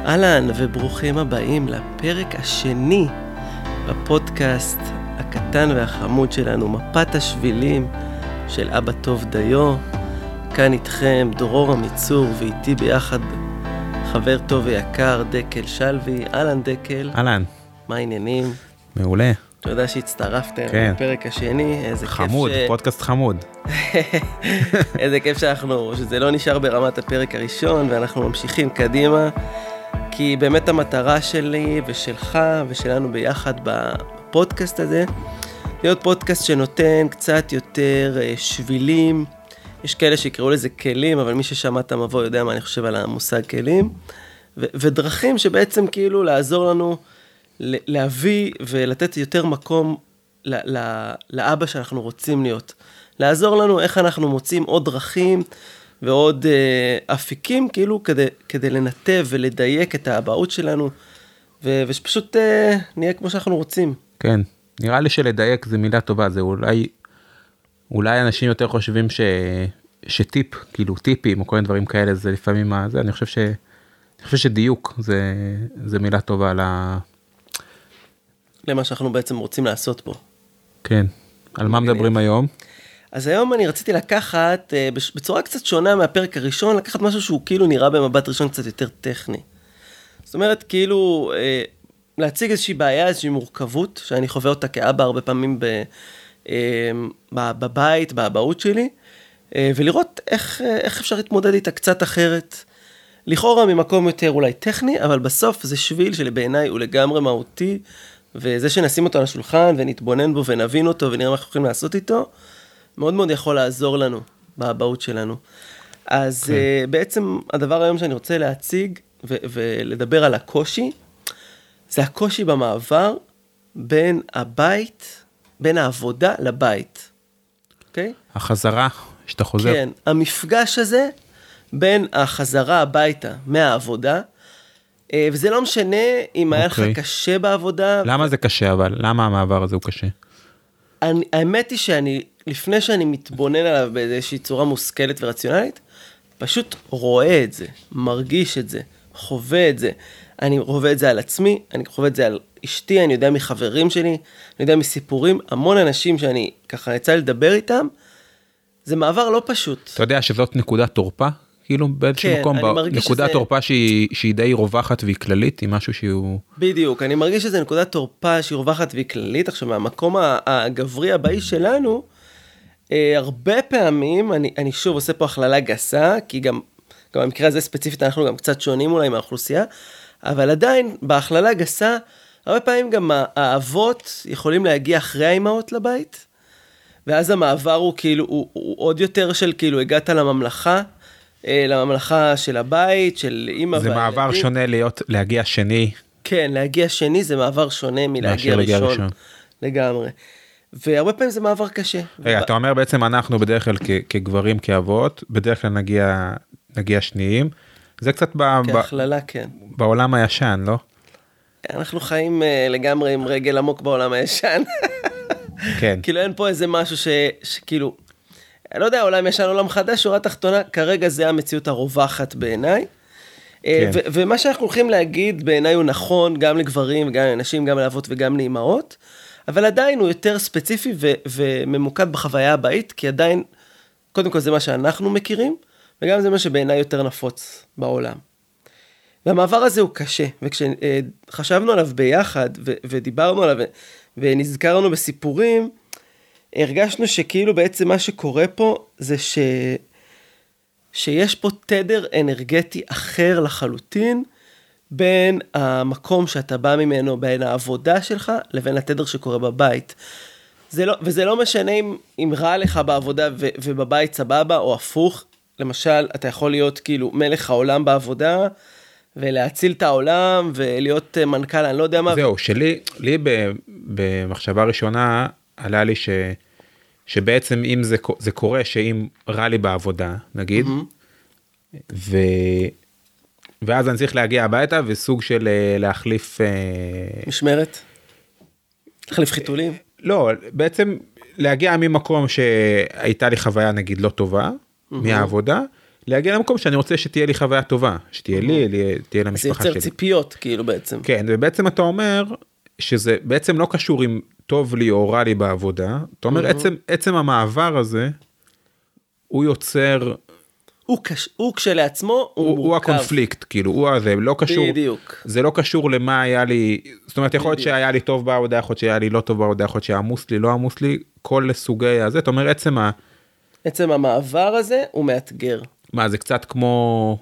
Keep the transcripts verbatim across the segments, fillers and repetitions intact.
אהלן וברוכים הבאים לפרק השני בפודקאסט הקטן והחמוד שלנו, מפת השבילים של אבא טוב דיו. כאן איתכם דרור המיצור ואיתי ביחד חבר טוב ויקר דקל שלוי. אהלן דקל. אהלן. מה העניינים? מעולה. אתה יודע שהצטרפתם כן. לפרק השני, איזה חמוד, כיף ש... פודקאסט חמוד. איזה כיף שאנחנו, שזה לא נשאר ברמת הפרק הראשון ואנחנו ממשיכים קדימה, כי באמת המטרה שלי ושלך ושלנו ביחד בפודקאסט הזה, להיות פודקאסט שנותן קצת יותר שבילים, יש כאלה שיקראו לזה כלים, אבל מי ששמע את המבוא יודע מה אני חושב על המושג כלים, ו- ודרכים שבעצם כאילו לעזור לנו להביא ולתת יותר מקום ל- ל- לאבא שאנחנו רוצים להיות. לעזור לנו איך אנחנו מוצאים עוד דרכים ועוד אה, אפיקים, כאילו כדי, כדי לנתב ולדייק את האבהות שלנו, ו- ושפשוט אה, נהיה כמו שאנחנו רוצים. כן, נראה לי שלדייק זה מילה טובה, זה אולי, אולי אנשים יותר חושבים ש, שטיפ, כאילו טיפים או כל מיני דברים כאלה, זה לפעמים מה זה, אני חושב ש, אני חושב שדיוק זה, זה מילה טובה ל... למה שאנחנו בעצם רוצים לעשות פה. כן, על מה מדברים היום? אז היום אני רציתי לקחת, בצורה קצת שונה מהפרק הראשון, לקחת משהו שהוא כאילו נראה במבט ראשון קצת יותר טכני. זאת אומרת, כאילו, להציג איזושהי בעיה, איזושהי מורכבות, שאני חווה אותה כאבא הרבה פעמים בבית, באבהות שלי, ולראות איך, איך אפשר להתמודד איתה קצת אחרת. לכאורה ממקום יותר אולי טכני, אבל בסוף זה שביל שלבעיניי הוא לגמרי מהותי, וזה שנשים אותו על השולחן ונתבונן בו ונבין אותו ונראה מה אנחנו יכולים לעשות איתו, מאוד מאוד יכול לעזור לנו באבהות שלנו. אז okay. uh, בעצם הדבר היום שאני רוצה להציג ו- ולדבר על הקושי, זה הקושי במעבר בין הבית, בין העבודה לבית. אוקיי? Okay? החזרה, שאתה חוזר. כן, המפגש הזה בין החזרה הביתה מהעבודה, וזה לא משנה אם היה לך קשה בעבודה. למה זה קשה אבל? למה המעבר הזה הוא קשה? אני, האמת היא שאני, לפני שאני מתבונן עליו באיזושהי צורה מושכלת ורציונלית, פשוט רואה את זה, מרגיש את זה, חווה את זה. אני חווה את זה על עצמי, אני חווה את זה על אשתי, אני יודע מחברים שלי, אני יודע מסיפורים, המון אנשים שאני ככה יצא לדבר איתם, זה מעבר לא פשוט. אתה יודע שזאת נקודת תורפה? כאילו באיזשהו כן, מקום, נקודת שזה... תורפה שהיא, שהיא די רווחת והיא כללית, היא משהו שהוא... בדיוק, אני מרגיש שזה נקודת תורפה שהיא רווחת והיא כללית. עכשיו, מהמקום הגברי הבאי שלנו, אה, הרבה פעמים, אני, אני שוב עושה פה הכללה גסה, כי גם, גם במקרה הזה ספציפית אנחנו גם קצת שונים אולי מהאוכלוסייה, אבל עדיין, בהכללה גסה, הרבה פעמים גם האבות יכולים להגיע אחרי האימהות לבית, ואז המעבר הוא כאילו, הוא, הוא עוד יותר של כאילו, הגעת לממלכה, לממלכה של הבית, של אמא והילדים. זה מעבר שונה להיות, להגיע שני. כן, להגיע שני זה מעבר שונה מלהגיע ראשון. ראשון. לגמרי. והרבה פעמים זה מעבר קשה. רגע, וב... אתה אומר בעצם אנחנו בדרך כלל כ- כגברים, כאבות, בדרך כלל נגיע, נגיע שניים. זה קצת ב... כהכללה, כן. בעולם הישן, לא? אנחנו חיים uh, לגמרי עם רגל עמוק בעולם הישן. כן. כאילו אין פה איזה משהו ש... שכאילו... אני לא יודע, עולם ישן, עולם חדש, שורה תחתונה, כרגע זה המציאות הרווחת בעיניי. כן. ו- ומה שאנחנו הולכים להגיד בעיניי הוא נכון, גם לגברים, גם לנשים, גם לאבות וגם לאמהות, אבל עדיין הוא יותר ספציפי ו- וממוקד בחוויה הבית, כי עדיין, קודם כל זה מה שאנחנו מכירים, וגם זה מה שבעיניי יותר נפוץ בעולם. והמעבר הזה הוא קשה, וכשחשבנו עליו ביחד, ו- ודיברנו עליו, ו- ונזכרנו בסיפורים, הרגשנו שכאילו בעצם מה שקורה פה זה ש... שיש פה תדר אנרגטי אחר לחלוטין בין המקום שאתה בא ממנו, בין העבודה שלך לבין התדר שקורה בבית. זה לא, וזה לא משנה אם, אם רע לך בעבודה ו, ובבית סבבה או הפוך. למשל, אתה יכול להיות כאילו מלך העולם בעבודה ולהציל את העולם ולהיות מנכ"ל, אני לא יודע מה. זהו, שלי, לי במחשבה ראשונה עלה לי ש, שבעצם אם זה, זה קורה שאם רע לי בעבודה, נגיד, mm-hmm. ו, ואז אני צריך להגיע הביתה וסוג של להחליף... משמרת? להחליף חיתולים? לא, בעצם להגיע ממקום שהייתה לי חוויה נגיד לא טובה, mm-hmm. מהעבודה, להגיע למקום שאני רוצה שתהיה לי חוויה טובה, שתהיה לי, תהיה למשפחה שלי. זה יוצר ציפיות, כאילו בעצם. כן, ובעצם אתה אומר, שזה בעצם לא קשור עם טוב לי או רע לי בעבודה, אתה אומר, עצם, עצם המעבר הזה, הוא יוצר... הוא, קש... הוא כשלעצמו, הוא, הוא מורכב. הוא הקונפליקט, כאילו, הוא הזה, לא קשור... בדיוק. זה לא קשור למה היה לי, זאת אומרת, יכול להיות שהיה לי טוב בעבודה, יכול להיות שהיה לי לא טוב בעבודה, יכול להיות שהיה עמוס לי, לא עמוס לי, כל סוגי הזה, אתה אומר, עצם ה... עצם המעבר הזה הוא מאתגר. מה, זה קצת כמו...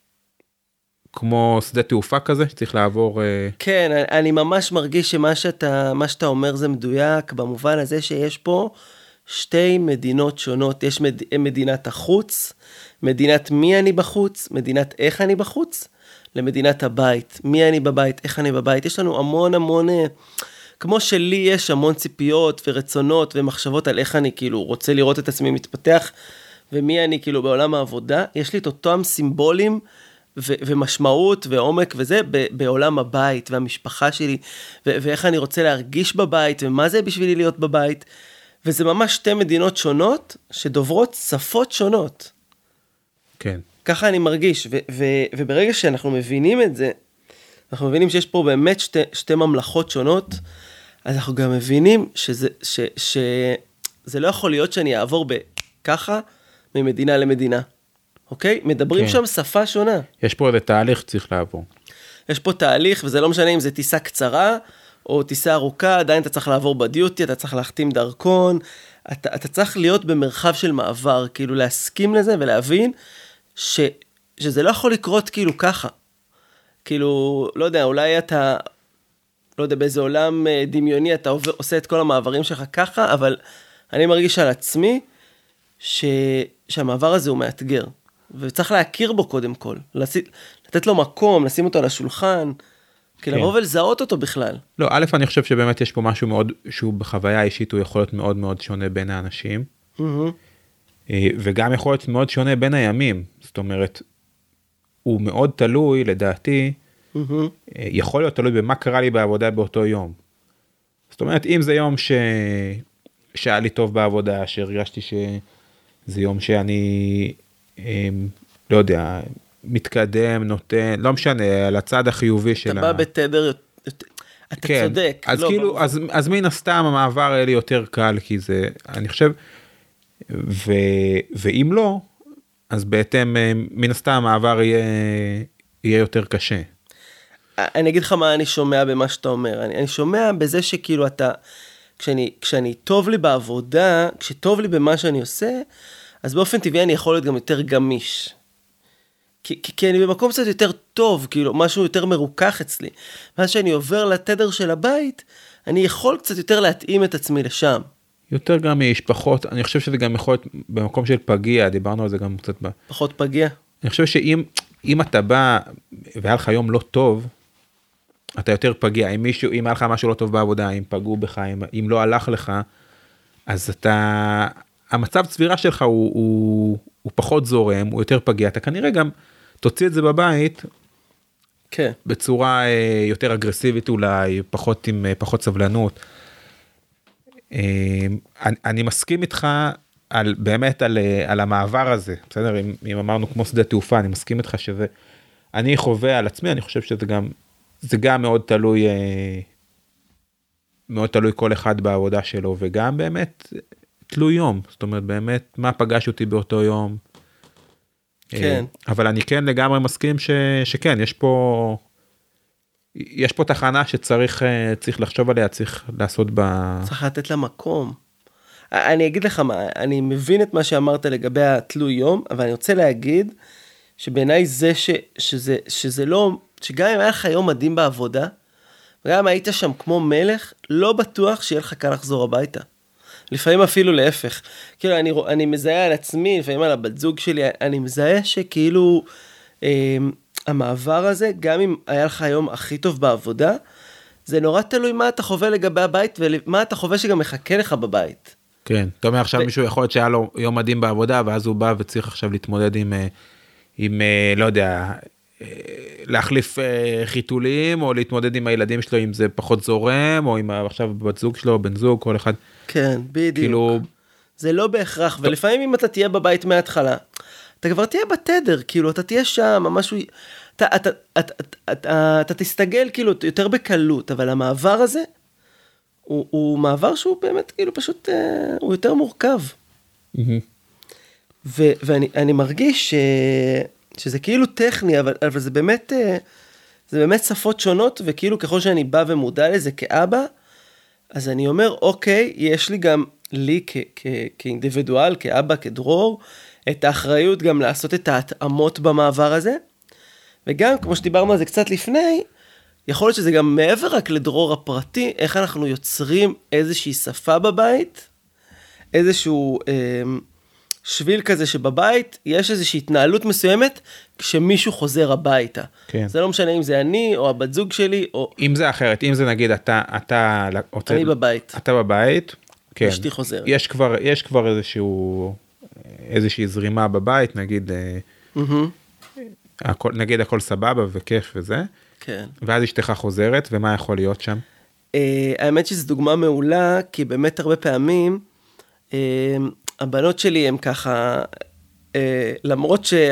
כמו שדה תעופה כזה, שצריך לעבור... כן, אני, אני ממש מרגיש שמה שאתה, מה שאתה אומר זה מדויק, במובן הזה שיש פה שתי מדינות שונות, יש מד, מדינת החוץ, מדינת מי אני בחוץ, מדינת איך אני בחוץ, למדינת הבית, מי אני בבית, איך אני בבית, יש לנו המון המון, כמו שלי יש המון ציפיות ורצונות ומחשבות על איך אני כאילו רוצה לראות את עצמי מתפתח, ומי אני כאילו בעולם העבודה, יש לי את אותם סימבולים, ו- ומשמעות ועומק וזה ב- בעולם הבית והמשפחה שלי, ו- ואיך אני רוצה להרגיש בבית, ומה זה בשבילי להיות בבית, וזה ממש שתי מדינות שונות, שדוברות שפות שונות. כן. ככה אני מרגיש, ו- ו- וברגע שאנחנו מבינים את זה, אנחנו מבינים שיש פה באמת שתי, שתי ממלכות שונות, אז אנחנו גם מבינים שזה, ש- ש- זה לא יכול להיות שאני אעבור בככה, ממדינה למדינה. אוקיי? מדברים כן. שם שפה שונה. יש פה איזה תהליך שצריך לעבור. יש פה תהליך, וזה לא משנה אם זה טיסה קצרה, או טיסה ארוכה, עדיין אתה צריך לעבור בדיוטי, אתה צריך להחתים דרכון, אתה, אתה צריך להיות במרחב של מעבר, כאילו להסכים לזה ולהבין ש, שזה לא יכול לקרות כאילו ככה. כאילו, לא יודע, אולי אתה, לא יודע, באיזה עולם דמיוני אתה עובר, עושה את כל המעברים שלך ככה, אבל אני מרגיש על עצמי ש, שהמעבר הזה הוא מאתגר. וצריך להכיר בו קודם כל, לתת לו מקום, לשים אותו על השולחן, כי לבוא ולזהות אותו בכלל. לא, א', אני חושב שבאמת יש פה משהו מאוד, שהוא בחוויה אישית, הוא יכול להיות מאוד מאוד שונה בין האנשים, וגם יכול להיות מאוד שונה בין הימים, זאת אומרת, הוא מאוד תלוי, לדעתי, יכול להיות תלוי במה קרה לי בעבודה באותו יום. זאת אומרת, אם זה יום ש... שהיה לי טוב בעבודה, שהרגשתי שזה יום שאני... לא יודע, מתקדם, נותן, לא משנה, על הצד החיובי של ה... אתה בא בתדר, אתה כן, צודק. אז לא, כאילו, אז, אז מן הסתם המעבר היה לי יותר קל, כי זה, אני חושב, ו, ואם לא, אז בהתאם, מן הסתם המעבר יהיה, יהיה יותר קשה. אני אגיד לך מה אני שומע במה שאתה אומר, אני, אני שומע בזה שכאילו אתה, כשאני, כשאני טוב לי בעבודה, כשטוב לי במה שאני עושה, אז באופן טבעי אני יכול להיות גם יותר גמיש. כי, כי, כי אני במקום קצת יותר טוב, כאילו, משהו יותר מרוכך אצלי. ואז שאני עובר לתדר של הבית, אני יכול קצת יותר להתאים את עצמי לשם. יותר גמיש, פחות, אני חושב שזה גם יכול להיות במקום של פגיע, דיברנו על זה גם קצת ב... פחות פגיע. אני חושב שאם אם אתה בא, והיה לך יום לא טוב, אתה יותר פגיע. אם מישהו, אם היה לך משהו לא טוב בעבודה, אם פגעו בך, אם, אם לא הלך לך, אז אתה... המצב צבירה שלך הוא, הוא, הוא פחות זורם, הוא יותר פגיע, אתה כנראה גם תוציא את זה בבית, כן. בצורה אה, יותר אגרסיבית אולי, פחות עם אה, פחות סבלנות. אה, אני, אני מסכים איתך על, באמת על, על המעבר הזה, בסדר? אם, אם אמרנו כמו שדה תעופה, אני מסכים איתך שזה, אני חווה על עצמי, אני חושב שזה גם, זה גם מאוד תלוי, אה, מאוד תלוי כל אחד בעבודה שלו, וגם באמת, תלוי יום, זאת אומרת, באמת, מה פגש אותי באותו יום. כן. אבל אני כן לגמרי מסכים ש, שכן, יש פה, יש פה תחנה שצריך צריך לחשוב עליה, צריך לעשות בה... צריך לתת לה מקום. אני אגיד לך מה, אני מבין את מה שאמרת לגבי התלוי יום, אבל אני רוצה להגיד, שבעיניי זה ש, שזה, שזה לא, שגם אם היה לך יום מדהים בעבודה, וגם אם היית שם כמו מלך, לא בטוח שיהיה לך קל לחזור הביתה. לפעמים אפילו להפך. כאילו, אני, אני מזהה על עצמי, לפעמים על הבת זוג שלי, אני מזהה שכאילו, אה, המעבר הזה, גם אם היה לך היום הכי טוב בעבודה, זה נורא תלוי מה אתה חווה לגבי הבית, ומה אתה חווה שגם מחכה לך בבית. כן, אתה אומר עכשיו ו... מישהו יכול להיות שהיה לו יום מדהים בעבודה, ואז הוא בא וצריך עכשיו להתמודד עם, עם לא יודע, להחליף חיתולים, או להתמודד עם הילדים שלו, אם זה פחות זורם, או עם עכשיו בת זוג שלו, בן זוג, כל אחד. כן, בדיוק. כאילו... זה לא בהכרח, ולפעמים אם אתה תהיה בבית מההתחלה, אתה כבר תהיה בתדר, כאילו, אתה תהיה שם, משהו, אתה, אתה, אתה, אתה, אתה, אתה תסתגל, כאילו, יותר בקלות, אבל המעבר הזה, הוא, הוא מעבר שהוא באמת, כאילו, פשוט, הוא יותר מורכב. ו, ואני, אני מרגיש ש, שזה כאילו טכני, אבל, אבל זה באמת, זה באמת שפות שונות, וכאילו, ככל שאני בא ומודע לזה כאבא, אז אני אומר, אוקיי, יש לי גם, לי כ, כ, כאינדיבידואל, כאבא, כדרור, את האחריות גם לעשות את ההתאמות במעבר הזה, וגם, כמו שדיברנו על זה קצת לפני, יכול להיות שזה גם מעבר רק לדרור הפרטי, איך אנחנו יוצרים איזושהי שפה בבית, איזשהו אה, שביל כזה שבבית, יש איזושהי התנהלות מסוימת, כשמישהו חוזר הביתה. כן. זה לא משנה אם זה אני, או הבת זוג שלי, או... אם זה אחרת, אם זה נגיד, אתה... אתה אני בבית. אתה בבית, כן. אשתי חוזרת. יש כבר, יש כבר איזשהו... איזושהי זרימה בבית, נגיד, הכל, נגיד הכל סבבה וכיף וזה, כן. ואז אשתך חוזרת, ומה יכול להיות שם? האמת שזו דוגמה מעולה, כי באמת הרבה פעמים, הבנות שלי הן ככה, למרות ש...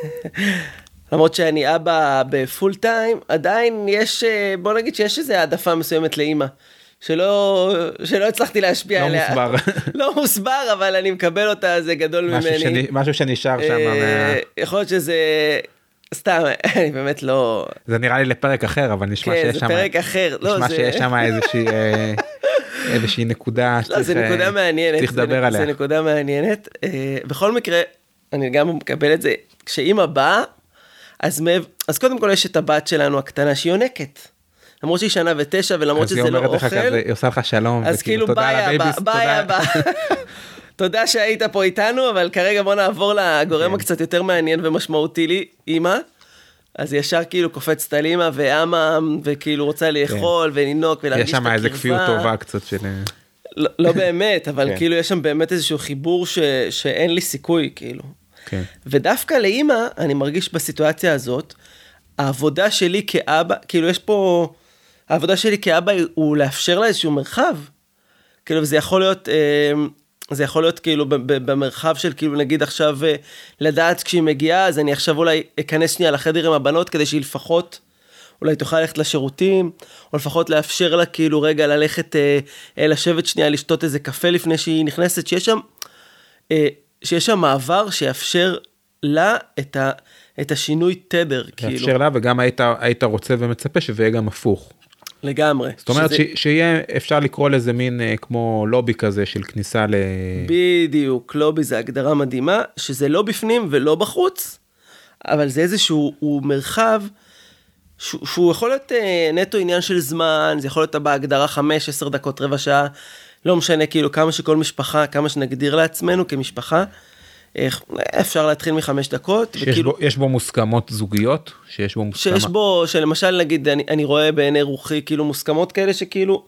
למרות שאני אבא בפול טיים, עדיין יש, בוא נגיד שיש איזו העדפה מסוימת לאמא. שלא, שלא הצלחתי להשפיע לא עליה. מוסבר. לא מוסבר, אבל אני מקבל אותה, זה גדול משהו ממני. שאני, משהו שנשאר שם. מה... יכול להיות שזה, סתם, אני באמת לא... זה נראה לי לפרק אחר, אבל נשמע כן, שיש זה שם... פרק אחר. נשמע לא, שיש זה... שם איזושהי, איזושהי נקודה לא, זה נקודה מעניינת. צריך לדבר עליה. זה נקודה מעניינת. בכל מקרה, אני גם מקבל את זה, כשאמא באה, אז, אז קודם כל יש את הבת שלנו הקטנה שהיא יונקת. למרות שהיא שנה ותשע, ולמרות שזה לא אוכל. היא עושה לך שלום, אז כאילו ביי אבא, ביי אבא. תודה שהיית פה איתנו, אבל כרגע בוא נעבור לגורם הקצת יותר מעניין ומשמעותי לי, אמא. אז ישר כאילו קופצת על אמא ואמא, וכאילו רוצה לאכול ולנוק ולהרגיש את הקרבה. יש שם איזה כפיות טובה קצת של... לא באמת, אבל כאילו יש שם באמת איזשהו חיבור שאין לי סיכוי, כאילו. ודווקא לאמא, אני מרגיש בסיטואציה הזאת, העבודה שלי כאבא, כאילו יש פה... העבודה שלי כאבא הוא לאפשר לה איזשהו מרחב. כאילו, זה יכול להיות, זה יכול להיות כאילו במרחב של כאילו נגיד עכשיו לדעת כשהיא מגיעה, אז אני עכשיו אולי אכנס שנייה לחדר עם הבנות, כדי שהיא לפחות, אולי תוכל ללכת לשירותים, או לפחות לאפשר לה כאילו רגע ללכת, לשבת שנייה, לשתות איזה קפה לפני שהיא נכנסת, שיש שם, שיש שם מעבר שיאפשר לה את ה... את השינוי תדר, כאילו. לאפשר לה, וגם היית, היית רוצה ומצפה שזה יהיה גם הפוך. לגמרי. זאת אומרת, שזה... ש, שיהיה, אפשר לקרוא לזה מין אה, כמו לובי כזה של כניסה ל... בדיוק, לובי זה הגדרה מדהימה, שזה לא בפנים ולא בחוץ, אבל זה איזשהו מרחב, שהוא, שהוא יכול להיות אה, נטו עניין של זמן, זה יכול להיות בהגדרה חמש, עשר דקות, רבע שעה, לא משנה כאילו כמה שכל משפחה, כמה שנגדיר לעצמנו כמשפחה, איך, אפשר להתחיל מחמש דקות. שיש וכאילו, בו, יש בו מוסכמות זוגיות? שיש בו מוסכמה? שיש בו, שלמשל נגיד, אני, אני רואה בעיני רוחי, כאילו מוסכמות כאלה שכאילו,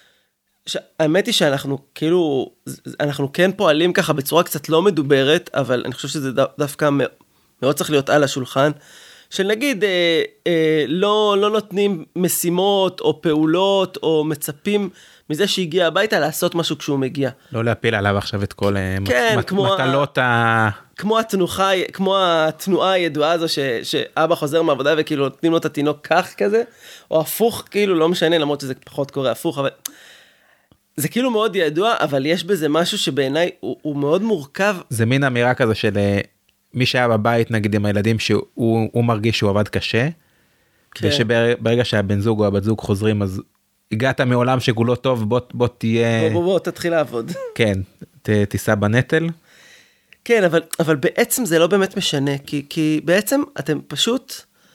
ש, האמת היא שאנחנו כאילו, אנחנו כן פועלים ככה בצורה קצת לא מדוברת, אבל אני חושב שזה דווקא מאוד, מאוד צריך להיות על השולחן, של נגיד, אה, אה, לא, לא נותנים משימות או פעולות או מצפים מזה שהגיע הביתה לעשות משהו כשהוא מגיע. לא להפיל עליו עכשיו את כל כן, מת, כמו מטלות ה... כמו התנוחה, כמו התנועה הידועה הזו ש, שאבא חוזר מעבודה וכאילו נותנים לו את התינוק כך כזה, או הפוך, כאילו לא משנה, למרות שזה פחות קורה הפוך, אבל זה כאילו מאוד ידוע, אבל יש בזה משהו שבעיניי הוא, הוא מאוד מורכב. זה מין אמירה כזה של מי שהיה בבית נגיד עם הילדים שהוא מרגיש שהוא עבד קשה, כן. ושברגע שהבן זוג או הבת זוג חוזרים אז הגעת מעולם שכולו טוב, בוא, בוא תהיה... בוא, בוא, בוא, תתחיל לעבוד. כן, ת, תיסע בנטל. כן, אבל, אבל בעצם זה לא באמת משנה, כי, כי בעצם אתם פשוט,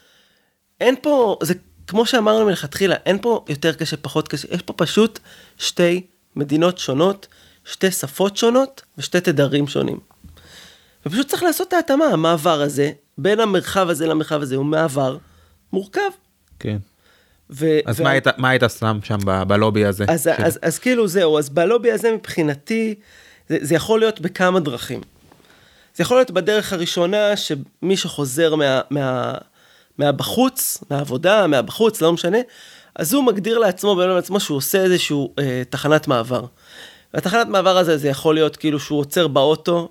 אין פה, זה כמו שאמרנו מלכתחילה, אין פה יותר קשה, פחות קשה, יש פה פשוט שתי מדינות שונות, שתי שפות שונות, ושתי תדרים שונים. ופשוט צריך לעשות את ההתאמה, המעבר הזה, בין המרחב הזה למרחב הזה, הוא מעבר מורכב. כן. ו- אז ו- מה היית, מה היית שם שם ב- בלובי הזה? אז, של... אז, אז כאילו זהו, אז בלובי הזה מבחינתי, זה, זה יכול להיות בכמה דרכים. זה יכול להיות בדרך הראשונה, שמי שחוזר מה, מה, מהבחוץ, מהעבודה, מהבחוץ, לא משנה, אז הוא מגדיר לעצמו, בעולם לעצמו, שהוא עושה איזשהו אה, תחנת מעבר. והתחנת מעבר הזה, זה יכול להיות כאילו שהוא עוצר באוטו,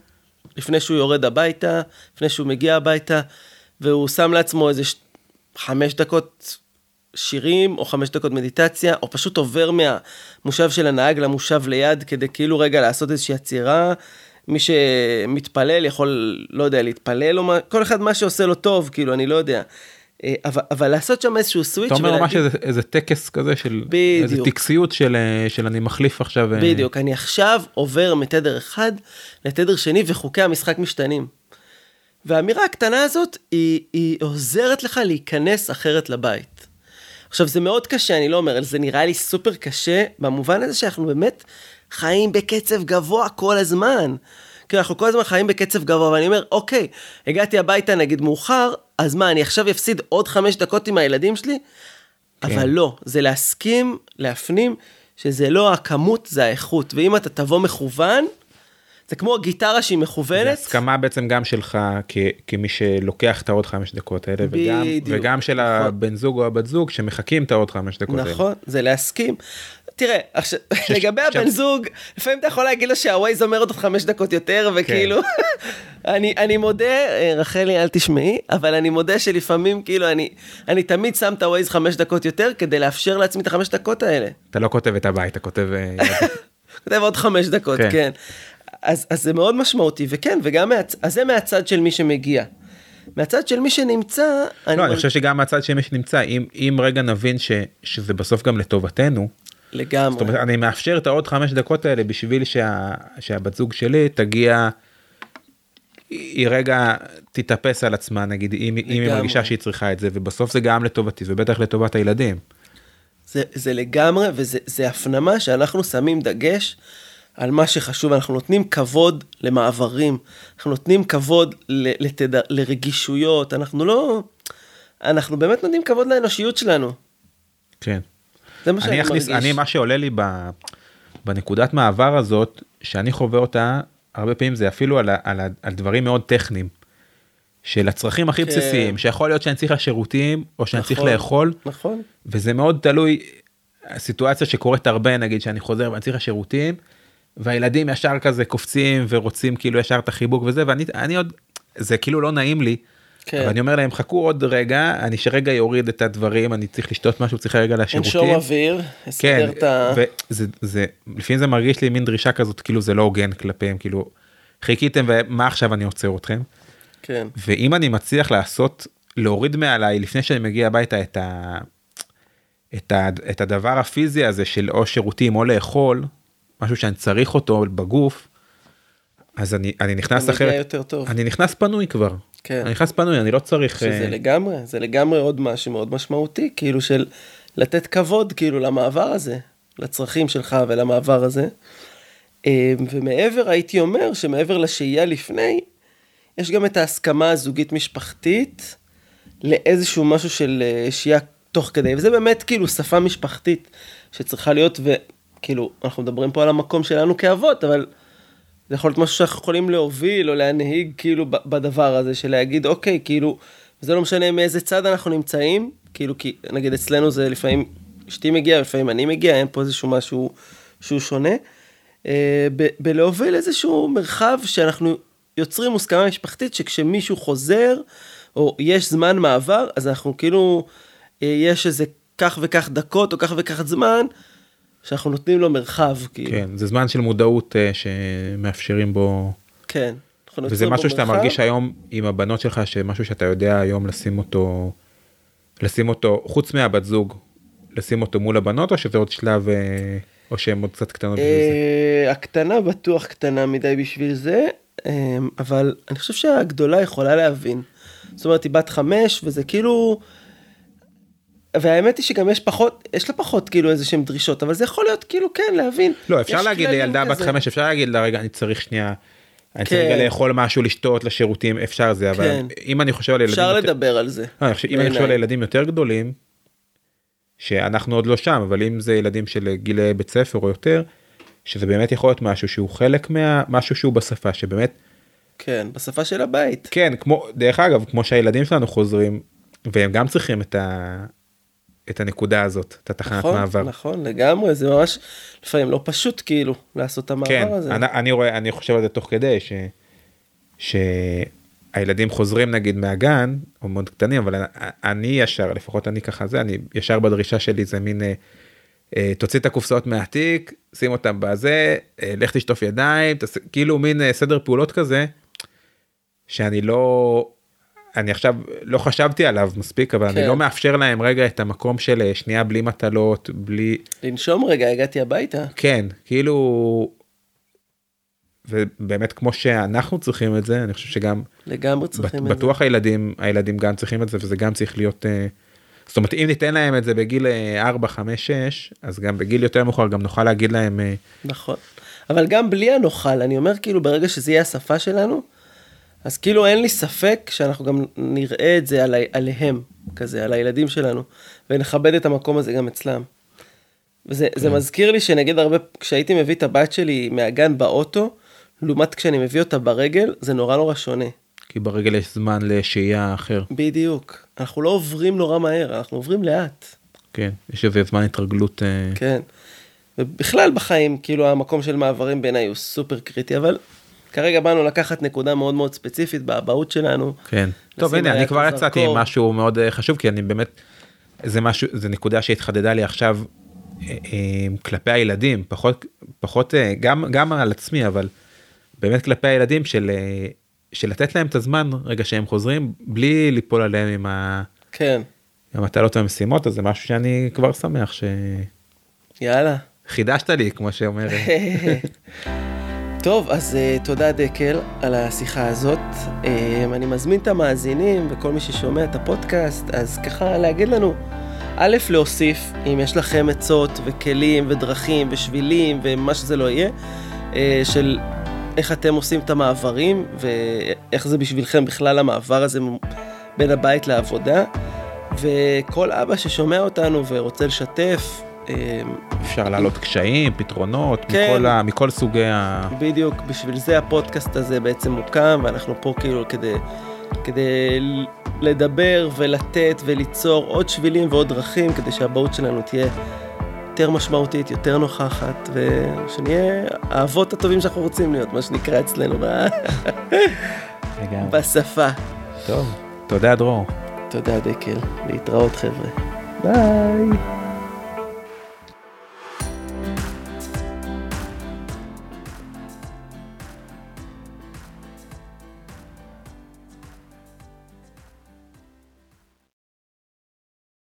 לפני שהוא יורד הביתה, לפני שהוא מגיע הביתה, והוא שם לעצמו איזה ש... חמש דקות שירים, או חמש דקות מדיטציה, או פשוט עובר מהמושב של הנהג למושב ליד, כדי כאילו רגע לעשות איזושהי עצירה, מי שמתפלל יכול, לא יודע, להתפלל, או מה, כל אחד מה שעושה לו טוב, כאילו, אני לא יודע. אבל, אבל לעשות שם איזשהו סוויץ'. אתה אומר ממש איזה, איזה טקס כזה של, בדיוק. איזה טקסיות של, של אני מחליף עכשיו. בדיוק, אני עכשיו עובר מתדר אחד לתדר שני, וחוקי המשחק משתנים. והאמירה הקטנה הזאת, היא, היא עוזרת לך להיכנס אחרת לבית. עכשיו, זה מאוד קשה, אני לא אומר, זה נראה לי סופר קשה, במובן הזה שאנחנו באמת חיים בקצב גבוה כל הזמן. כי אנחנו כל הזמן חיים בקצב גבוה, ואני אומר, אוקיי, הגעתי הביתה נגיד מאוחר, אז מה, אני עכשיו אפסיד עוד חמש דקות עם הילדים שלי? כן. אבל לא, זה להסכים, להפנים, שזה לא הכמות, זה האיכות. ואם אתה תבוא מכוון, זה כמו הגיטרה שהיא מכוונת. זה הסכמה בעצם גם שלך, כ- כמי שלוקח את העוד חמש דקות האלה, וגם, וגם של נכון. הבן זוג או הבת זוג, שמחכים את העוד חמש דקות נכון, האלה. נכון, זה להסכים. תראה, עכשיו, ש... לגבי ש... הבן ש... זוג, לפעמים אתה יכול להגיד לו שהווייז אומר עוד חמש דקות יותר, וכאילו, כן. אני, אני מודה, רחלי, אל תשמעי, אבל אני מודה שלפעמים, כאילו, אני, אני תמיד שם את הווייז חמש דקות יותר, כדי לאפשר לעצמי את החמש דקות האלה. אתה לא כותב את הבית, אתה כותב... כותב עוד חמש דקות, כן. כן. אז, אז זה מאוד משמעותי, וכן, וגם, מהצ... אז זה מהצד של מי שמגיע. מהצד של מי שנמצא... לא, אני, אני חושב שגם מהצד של מי שנמצא, אם, אם רגע נבין ש, שזה בסוף גם לטובתנו, לגמרי. זאת אומרת, אני מאפשר את העוד חמש דקות האלה, בשביל שה, שהבת זוג שלי תגיע, היא רגע תתאפס על עצמה, נגיד, אם, אם היא מרגישה שהיא צריכה את זה, ובסוף זה גם לטובתי, ובטח לטובת הילדים. זה, זה לגמרי, וזה זה הפנמה שאנחנו שמים דגש, על מה שחשוב, אנחנו נותנים כבוד למעברים, אנחנו נותנים כבוד לתד... לרגישויות, אנחנו לא, אנחנו באמת נותנים כבוד לאנושיות שלנו. כן. זה מה שאני אכניס, מרגיש. אני, מה שעולה לי ב, בנקודת מעבר הזאת, שאני חווה אותה, הרבה פעמים זה אפילו על, על, על דברים מאוד טכניים, של הצרכים הכי כן. בסיסיים, שיכול להיות שאני צריך לשירותים, או שאני נכון, צריך לאכול, נכון. וזה מאוד תלוי, הסיטואציה שקורית הרבה, נגיד שאני חוזר ואני צריך לשירותים, והילדים ישר כזה קופצים ורוצים כאילו ישר את החיבוק וזה, ואני אני עוד, זה כאילו לא נעים לי, כן. אבל אני אומר להם, חכו עוד רגע, אני שרגע יוריד את הדברים, אני צריך לשתות משהו, צריך רגע לשירותים. נשום אוויר, כן, את ה... וזה, זה, לפעמים זה מרגיש לי מין דרישה כזאת, כאילו זה לא הוגן כלפיהם, כאילו, חיכיתם ומה עכשיו אני עוצר אתכם? כן. ואם אני מצליח לעשות, להוריד מעליי, לפני שאני מגיע הביתה את, ה, את, ה, את הדבר הפיזי הזה של או שירותים או לאכול, משהו שאני צריך אותו בגוף, אז אני, אני נכנס אחרת, אני נכנס פנוי כבר, כן. אני נכנס פנוי, אני לא צריך... שזה לגמרי, זה לגמרי עוד משהו מאוד משמעותי, כאילו של לתת כבוד, כאילו למעבר הזה, לצרכים שלך ולמעבר הזה, ומעבר הייתי אומר, שמעבר לשהייה לפני, יש גם את ההסכמה הזוגית משפחתית, לאיזשהו משהו של שהייה תוך כדי, וזה באמת כאילו שפה משפחתית, שצריכה להיות ו... כאילו, אנחנו מדברים פה על המקום שלנו כאבות, אבל זה יכול להיות משהו שאנחנו יכולים להוביל או להנהיג כאילו בדבר הזה, של להגיד, אוקיי, כאילו, זה לא משנה מאיזה צד אנחנו נמצאים, כאילו, כי נגיד אצלנו זה לפעמים אשתי מגיעה, לפעמים אני מגיע, אין פה איזשהו משהו שהוא שונה, אה, ב- בלהוביל איזשהו מרחב שאנחנו יוצרים מוסכמה משפחתית, שכשמישהו חוזר, או יש זמן מעבר, אז אנחנו כאילו, אה, יש איזה כך וכך דקות, או כך וכך זמן, שאנחנו נותנים לו מרחב, כאילו. כן, זה זמן של מודעות uh, שמאפשרים בו... כן. וזה משהו שאתה מרחב. מרגיש היום עם הבנות שלך, שמשהו שאתה יודע היום לשים אותו, לשים אותו, חוץ מהבת זוג, לשים אותו מול הבנות, או שזה עוד שלב, או שהן עוד קצת קטנות בשביל זה? הקטנה בטוח קטנה מדי בשביל זה, אבל אני חושב שהגדולה יכולה להבין. זאת אומרת, היא בת חמש, וזה כאילו... והאמת היא שגם יש פחות, יש לה פחות כאילו איזה שהן דרישות, אבל זה יכול להיות כאילו כן, להבין. לא, אפשר להגיד לילדה בת חמש, אפשר להגיד לה, רגע, אני צריך שנייה, אני צריך רגע לאכול משהו, לשתות לשירותים, אפשר זה, אבל אם אני חושב על ילדים... אפשר לדבר על זה. אם אני חושב על ילדים יותר גדולים, שאנחנו עוד לא שם, אבל אם זה ילדים של גילי בית ספר או יותר, שזה באמת יכול להיות משהו שהוא חלק מה... משהו שהוא בשפה, שבאמת... כן, בשפה של הבית. כן, כמו, דרך אגב, כמו שהילדים שלנו חוזרים, והם גם צריכים את ה... את הנקודה הזאת, את התחנת נכון, מעבר. נכון, לגמרי, זה ממש לפעמים לא פשוט כאילו לעשות את המעבר כן, הזה. אני, אני רואה, אני חושב על זה תוך כדי, שהילדים חוזרים נגיד מהגן, או מאוד קטנים, אבל אני ישר, לפחות אני ככה זה, אני ישר בדרישה שלי זה מין, תוציא את הקופסאות מהתיק, שים אותם בזה, לך תשטוף ידיים, כאילו מין סדר פעולות כזה, שאני לא, אני עכשיו לא חשבתי עליו מספיק, אבל כן. אני לא מאפשר להם רגע את המקום של שנייה בלי מטלות, בלי... לנשום רגע, הגעתי הביתה. כן, כאילו... ובאמת כמו שאנחנו צריכים את זה, אני חושב שגם... לגמרי צריכים את זה. בטוח הילדים, הילדים גם צריכים את זה, וזה גם צריך להיות... זאת אומרת, אם ניתן להם את זה בגיל ארבע, חמש, שש, אז גם בגיל יותר מאוחר גם נוכל להגיד להם... נכון. אבל גם בלי הנוכל, אני אומר כאילו ברגע שזה יהיה השפה שלנו, אז כאילו אין לי ספק שאנחנו גם נראה את זה עלי, עליהם, כזה, על הילדים שלנו, ונכבד את המקום הזה גם אצלם. וזה זה מזכיר לי שנגיד הרבה, כשהייתי מביא את הבת שלי מהגן באוטו, לעומת כשאני מביא אותה ברגל, זה נורא נורא שונה. כי ברגל יש זמן לשהייה אחר. בדיוק. אנחנו לא עוברים נורא מהר, אנחנו עוברים לאט. כן, יש איזה זמן התרגלות. כן. ובכלל בחיים, כאילו המקום של מעברים בעיניי הוא סופר קריטי, אבל... כרגע באנו לקחת נקודה מאוד מאוד ספציפית באבהות שלנו. כן. טוב, הנה, אני כבר יצאתי עם משהו מאוד חשוב, כי אני באמת, זה משהו, זה נקודה שהתחדדה לי עכשיו, כלפי הילדים, פחות, פחות, גם, גם על עצמי, אבל באמת כלפי הילדים של, של לתת להם את הזמן, רגע שהם חוזרים, בלי ליפול עליהם עם ה... כן. עם המטלות והמשימות, אז זה משהו שאני כבר שמח ש... יאללה. חידשת לי, כמו שאומרת. טוב, אז uh, תודה דקל על השיחה הזאת. Uh, אני מזמין את המאזינים וכל מי ששומע את הפודקאסט, אז ככה להגיד לנו, א', להוסיף, אם יש לכם עצות וכלים ודרכים ושבילים ומה שזה לא יהיה, uh, של איך אתם עושים את המעברים ואיך זה בשבילכם בכלל המעבר הזה בין הבית לעבודה. וכל אבא ששומע אותנו ורוצה לשתף, אפשר לעלות קשיים, פתרונות, כן. מכל, ה, מכל סוגי ה... בדיוק, בשביל זה הפודקאסט הזה בעצם מוקם, ואנחנו פה כאילו כדי, כדי לדבר ולתת וליצור עוד שבילים ועוד דרכים, כדי שהאבהות שלנו תהיה יותר משמעותית, יותר נוכחת, ושנהיה האבות הטובים שאנחנו רוצים להיות, מה שנקרא אצלנו ב... בשפה. טוב, תודה דרור. תודה דקל, להתראות חבר'ה. ביי.